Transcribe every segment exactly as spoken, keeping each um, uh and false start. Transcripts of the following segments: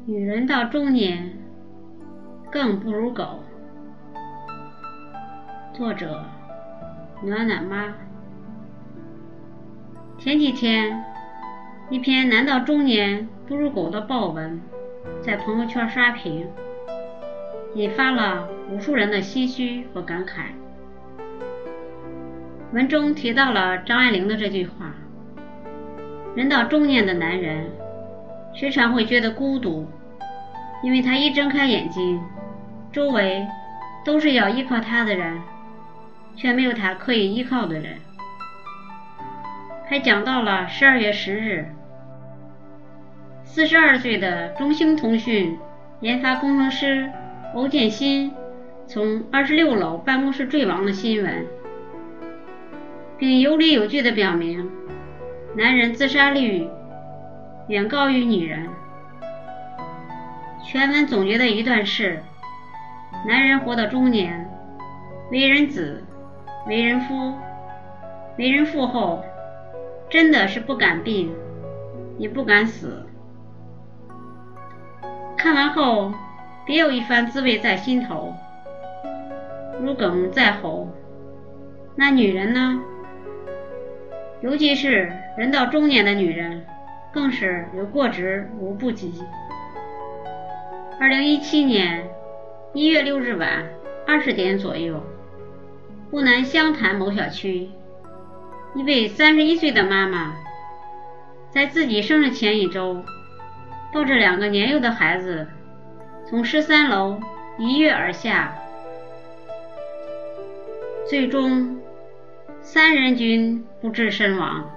女人到中年更不如狗。作者暖暖妈。前几天一篇男到中年不如狗的报文在朋友圈刷屏，引发了无数人的唏嘘和感慨。文中提到了张爱玲的这句话：人到中年的男人时常会觉得孤独，因为他一睁开眼睛，周围都是要依靠他的人，却没有他可以依靠的人。还讲到了十二月十日，四十二岁的中兴通讯研发工程师欧建新从二十六楼办公室坠亡的新闻，并有理有据地表明男人自杀率远高于女人。全文总结的一段是：男人活到中年，为人子，为人夫，为人父后，真的是不敢病，也不敢死。看完后别有一番滋味在心头，如鲠在喉。那女人呢？尤其是人到中年的女人，更是有过之无不及。二零一七年一月六日晚二十点左右，湖南湘潭某小区，一位三十一岁的妈妈，在自己生日前一周，抱着两个年幼的孩子，从十三楼一跃而下，最终三人均不治身亡。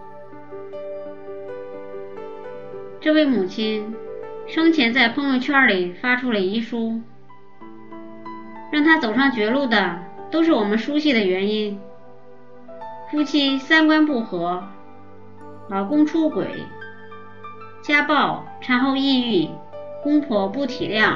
这位母亲生前在朋友圈里发出了遗书，让她走上绝路的都是我们熟悉的原因：夫妻三观不合，老公出轨，家暴、产后抑郁，公婆不体谅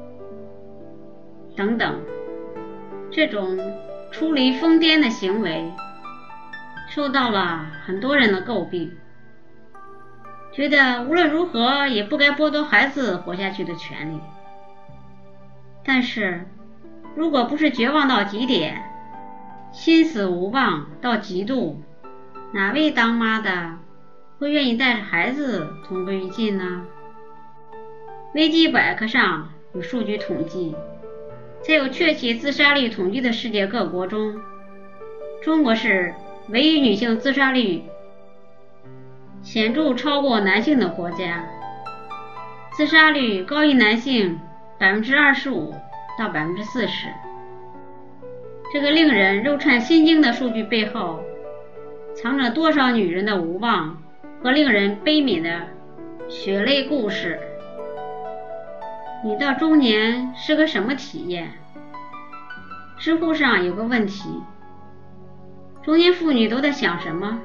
等等。这种出离疯癫的行为受到了很多人的诟病，觉得无论如何也不该剥夺孩子活下去的权利。但是如果不是绝望到极点，心死无望到极度，哪位当妈的会愿意带着孩子同归于尽呢？维基百科上有数据统计，在有确切自杀率统计的世界各国中，中国是唯一女性自杀率显著超过男性的国家，自杀率高于男性 百分之二十五 到 百分之四十。 这个令人肉颤心惊的数据背后，藏着多少女人的无望和令人悲悯的血泪故事。你到中年是个什么体验？知乎上有个问题：中年妇女都在想什么？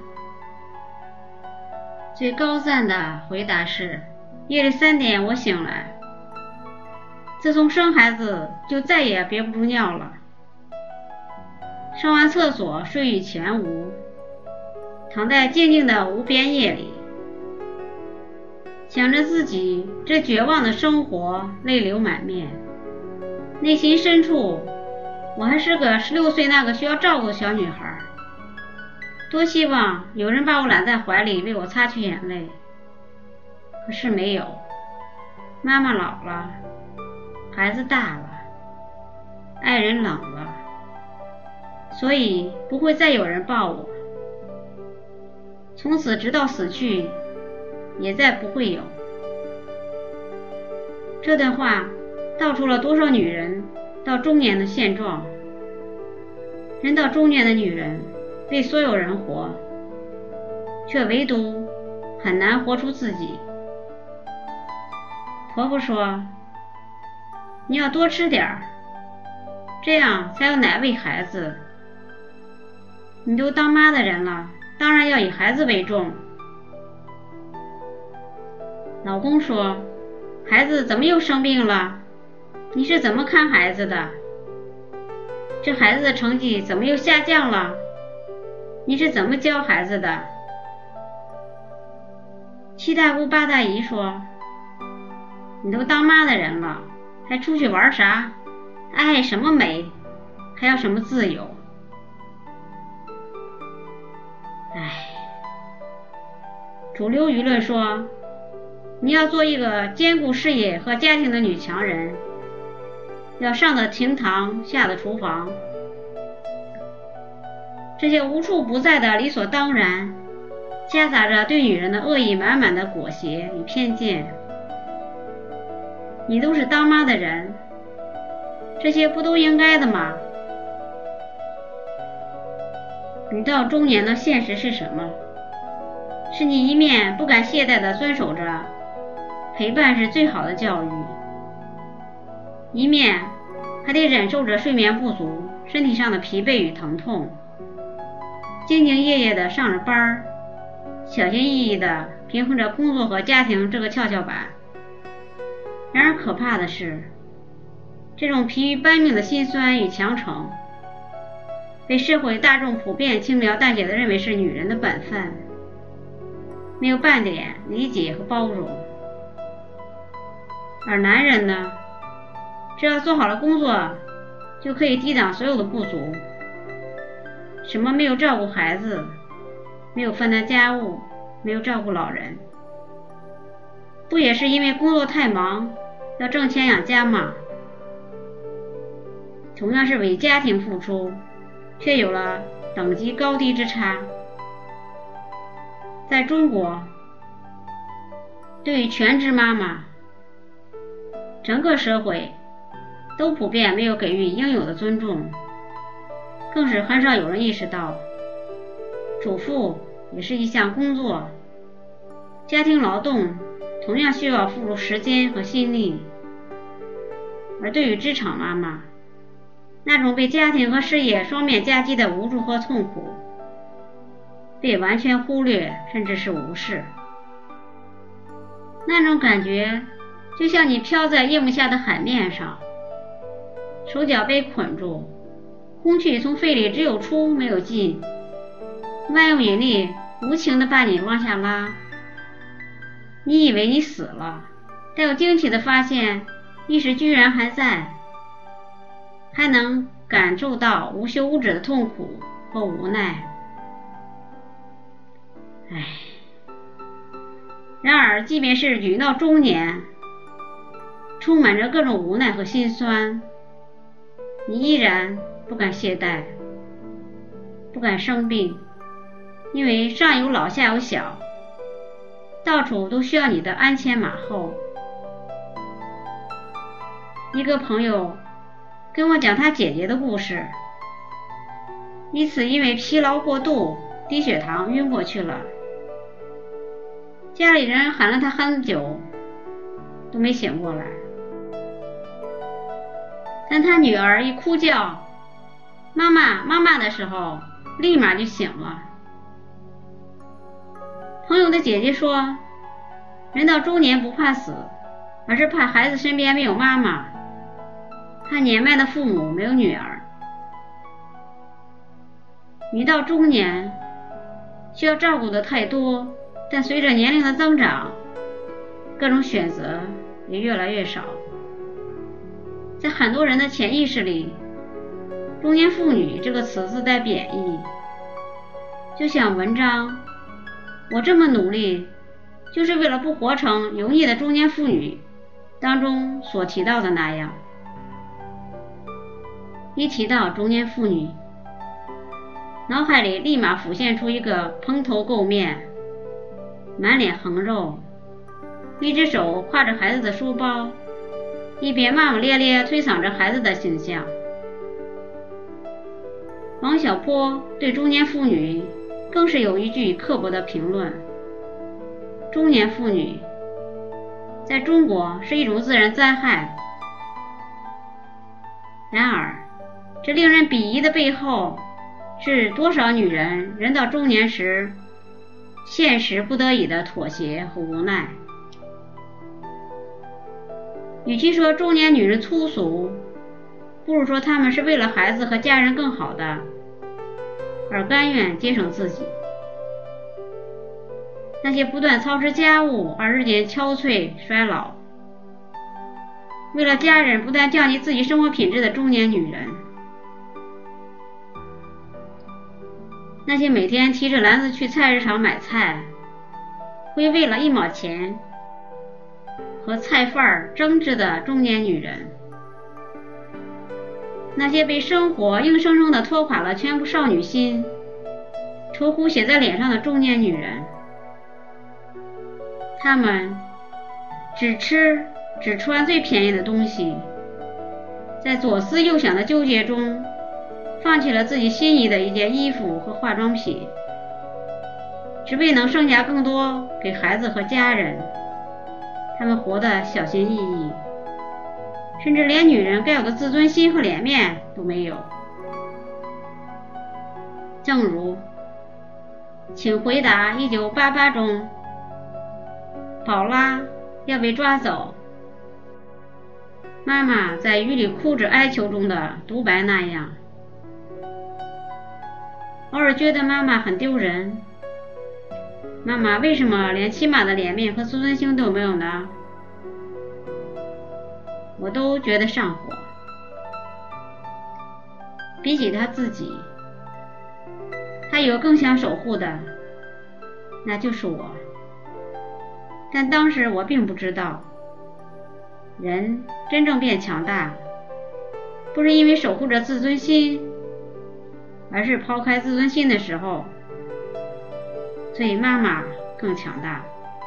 最高赞的回答是：夜里三点我醒来，自从生孩子就再也憋不住尿了，上完厕所睡意全无，躺在静静的无边夜里，想着自己这绝望的生活，泪流满面。内心深处，我还是个十六岁那个需要照顾的小女孩，多希望有人把我揽在怀里为我擦去眼泪。可是没有，妈妈老了，孩子大了，爱人冷了，所以不会再有人抱我。从此直到死去，也再不会有。这段话道出了多少女人到中年的现状。人到中年的女人为所有人活，却唯独很难活出自己。婆婆说：你要多吃点儿，这样才有奶喂孩子。你都当妈的人了，当然要以孩子为重。老公说：孩子怎么又生病了？你是怎么看孩子的？这孩子的成绩怎么又下降了？你是怎么教孩子的？七大姑八大姨说： 你都当妈的人了，还出去玩啥？爱什么美，还要什么自由？唉，主流舆论说，你要做一个兼顾事业和家庭的女强人，要上得厅堂，下得厨房。这些无处不在的理所当然，夹杂着对女人的恶意满满的裹挟与偏见。你都是当妈的人，这些不都应该的吗？女到中年的现实是什么？是你一面不敢懈怠地遵守着陪伴是最好的教育，一面还得忍受着睡眠不足、身体上的疲惫与疼痛，兢兢业业地上着班，小心翼翼地平衡着工作和家庭这个跷跷板。然而可怕的是，这种疲于奔命的辛酸与强撑，被社会大众普遍轻描淡写地认为是女人的本分，没有半点理解和包容。而男人呢，只要做好了工作，就可以抵挡所有的不足。什么没有照顾孩子，没有分担家务，没有照顾老人，不也是因为工作太忙，要挣钱养家吗？同样是为家庭付出，却有了等级高低之差。在中国，对于全职妈妈，整个社会都普遍没有给予应有的尊重，更是很少有人意识到，主妇也是一项工作，家庭劳动同样需要付出时间和心力。而对于职场妈妈，那种被家庭和事业双面夹击的无助和痛苦，被完全忽略，甚至是无视。那种感觉就像你飘在夜幕下的海面上，手脚被捆住，空气从肺里只有出没有进，万有引力无情地把你往下拉。你以为你死了，但又惊奇地发现意识居然还在，还能感受到无休无止的痛苦和无奈。唉，然而即便是女到中年，充满着各种无奈和心酸，你依然不敢懈怠，不敢生病，因为上有老下有小，到处都需要你的鞍前马后。一个朋友跟我讲他姐姐的故事，一次因为疲劳过度，低血糖晕过去了，家里人喊了他很久都没醒过来，但他女儿一哭叫妈妈妈妈的时候，立马就醒了。朋友的姐姐说，人到中年不怕死，而是怕孩子身边没有妈妈，怕年迈的父母没有女儿。女到中年需要照顾的太多，但随着年龄的增长，各种选择也越来越少。在很多人的潜意识里，中年妇女这个词自带贬义，就像文章我这么努力就是为了不活成油腻的中年妇女当中所提到的那样。一提到中年妇女，脑海里立马浮现出一个蓬头垢面、满脸横肉，一只手挎着孩子的书包，一边骂骂咧咧推搡着孩子的形象。王小波对中年妇女更是有一句刻薄的评论：中年妇女在中国是一种自然灾害。然而这令人鄙夷的背后，是多少女人人到中年时现实不得已的妥协和无奈。与其说中年女人粗俗，不如说她们是为了孩子和家人更好的，而甘愿节省自己。那些不断操持家务而日渐憔悴衰老， 为了家人不但降低自己生活品质的中年女人。那些每天提着篮子去菜市场买菜，会为了一毛钱和菜贩争执的中年女人，那些被生活硬生生地拖垮了全部少女心，愁苦写在脸上的中年女人，她们只吃只穿最便宜的东西，在左思右想的纠结中放弃了自己心仪的一件衣服和化妆品，只为能剩下更多给孩子和家人。他们活得小心翼翼，甚至连女人该有的自尊心和脸面都没有。正如请回答一九八八中宝拉要被抓走，妈妈在雨里哭着哀求中的独白那样。偶尔觉得妈妈很丢人，妈妈为什么连起码的脸面和自尊心都没有呢？我都觉得上火。比起她自己，她有更想守护的，那就是我。但当时我并不知道，人真正变强大，不是因为守护着自尊心，而是抛开自尊心的时候，所以妈妈更强大。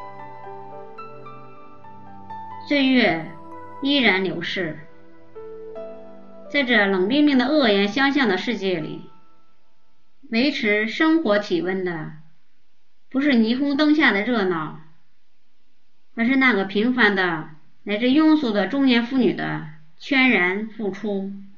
岁月依然流逝，在这冷冰冰的恶言相向的世界里，维持生活体温的不是霓虹灯下的热闹，而是那个平凡的乃至庸俗的中年妇女的全然付出。